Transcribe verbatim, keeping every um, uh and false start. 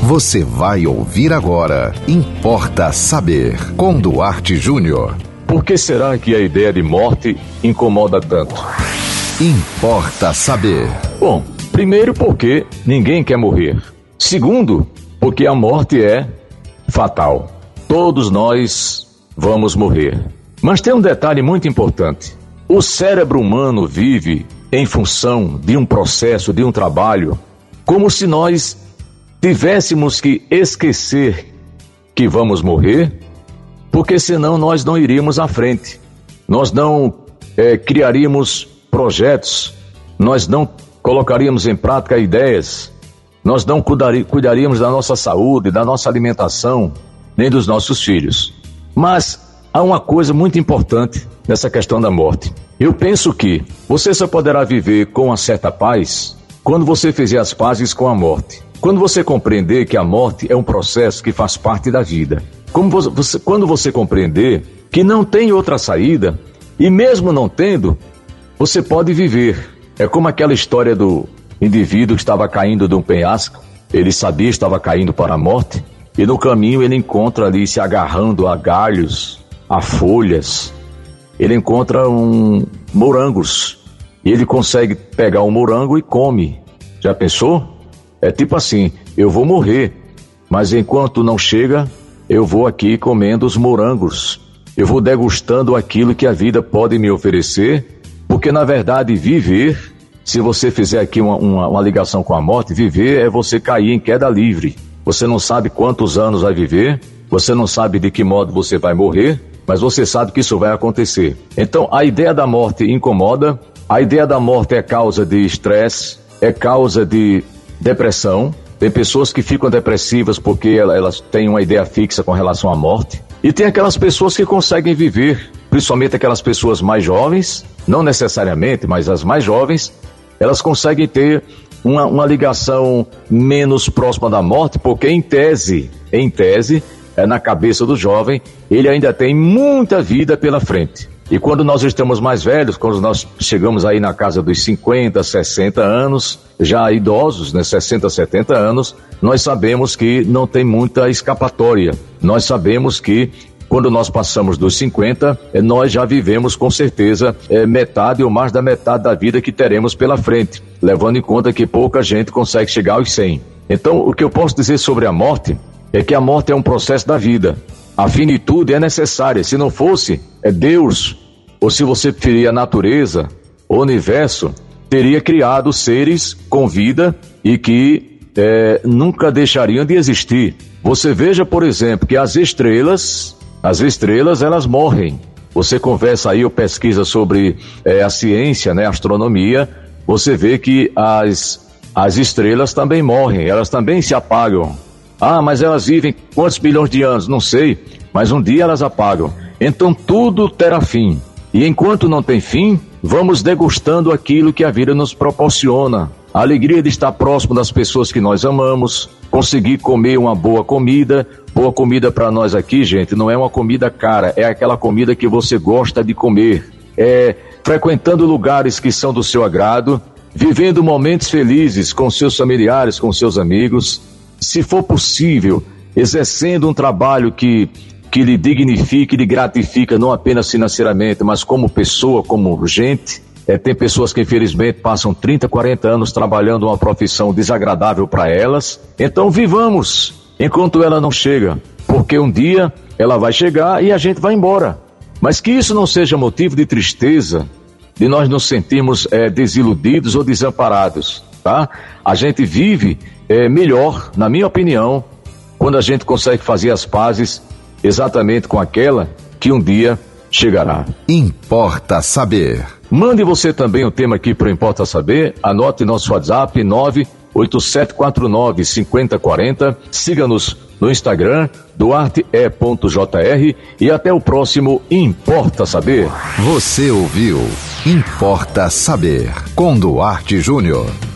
Você vai ouvir agora Importa Saber, com Duarte Júnior. Por que será que a ideia de morte incomoda tanto? Importa Saber. Bom, primeiro porque ninguém quer morrer. Segundo, porque a morte é fatal. Todos nós vamos morrer. Mas tem um detalhe muito importante. O cérebro humano vive em função de um processo, de um trabalho, como se nós tivéssemos que esquecer que vamos morrer, porque senão nós não iríamos à frente. Nós não é, criaríamos projetos, nós não colocaríamos em prática ideias, nós não cuidaríamos da nossa saúde, da nossa alimentação, nem dos nossos filhos. Mas há uma coisa muito importante nessa questão da morte. Eu penso que você só poderá viver com uma certa paz quando você fizer as pazes com a morte. Quando você compreender que a morte é um processo que faz parte da vida. Como você, quando você compreender que não tem outra saída, e mesmo não tendo, você pode viver. É como aquela história do indivíduo que estava caindo de um penhasco. Ele sabia que estava caindo para a morte, e no caminho ele encontra ali, se agarrando a galhos, a folhas, ele encontra um morangos, e ele consegue pegar um morango e come. Já pensou? É tipo assim, eu vou morrer, mas enquanto não chega, eu vou aqui comendo os morangos. Eu vou degustando aquilo que a vida pode me oferecer, porque na verdade viver, se você fizer aqui uma, uma, uma ligação com a morte, viver é você cair em queda livre. Você não sabe quantos anos vai viver, você não sabe de que modo você vai morrer, mas você sabe que isso vai acontecer. Então a ideia da morte incomoda, a ideia da morte é causa de estresse, é causa de depressão. Tem pessoas que ficam depressivas porque elas têm uma ideia fixa com relação à morte. E tem aquelas pessoas que conseguem viver, principalmente aquelas pessoas mais jovens, não necessariamente, mas as mais jovens, elas conseguem ter uma, uma ligação menos próxima da morte, porque em tese, em tese, é na cabeça do jovem, ele ainda tem muita vida pela frente. E quando nós estamos mais velhos, quando nós chegamos aí na casa dos cinquenta, sessenta anos, já idosos, né, sessenta, setenta anos, nós sabemos que não tem muita escapatória. Nós sabemos que quando nós passamos dos cinquenta, nós já vivemos com certeza é, metade ou mais da metade da vida que teremos pela frente, levando em conta que pouca gente consegue chegar aos cem. Então, o que eu posso dizer sobre a morte é que a morte é um processo da vida. A finitude é necessária. Se não fosse, é Deus, ou se você preferir a natureza, o universo, teria criado seres com vida e que é, nunca deixariam de existir. Você veja, por exemplo, que as estrelas, as estrelas, elas morrem. Você conversa aí ou pesquisa sobre é, a ciência, né, a astronomia, você vê que as, as estrelas também morrem, elas também se apagam. Ah, mas elas vivem quantos bilhões de anos? Não sei, mas um dia elas apagam. Então tudo terá fim. E enquanto não tem fim, vamos degustando aquilo que a vida nos proporciona. A alegria de estar próximo das pessoas que nós amamos, conseguir comer uma boa comida. Boa comida para nós aqui, gente, não é uma comida cara, é aquela comida que você gosta de comer. É frequentando lugares que são do seu agrado, vivendo momentos felizes com seus familiares, com seus amigos. Se for possível, exercendo um trabalho que, que lhe dignifique, lhe gratifica, não apenas financeiramente, mas como pessoa, como gente. É, tem pessoas que infelizmente passam trinta, quarenta anos trabalhando uma profissão desagradável para elas. Então vivamos enquanto ela não chega, porque um dia ela vai chegar e a gente vai embora. Mas que isso não seja motivo de tristeza, de nós nos sentirmos é, desiludidos ou desamparados, tá? A gente vive é, melhor, na minha opinião, quando a gente consegue fazer as pazes exatamente com aquela que um dia chegará. Importa Saber. Mande você também o tema aqui para o Importa Saber. Anote nosso WhatsApp nove oito sete quatro nove cinco zero quatro zero. Siga-nos no Instagram, duarte e ponto jr, e até o próximo Importa Saber. Você ouviu Importa Saber, com Duarte Júnior.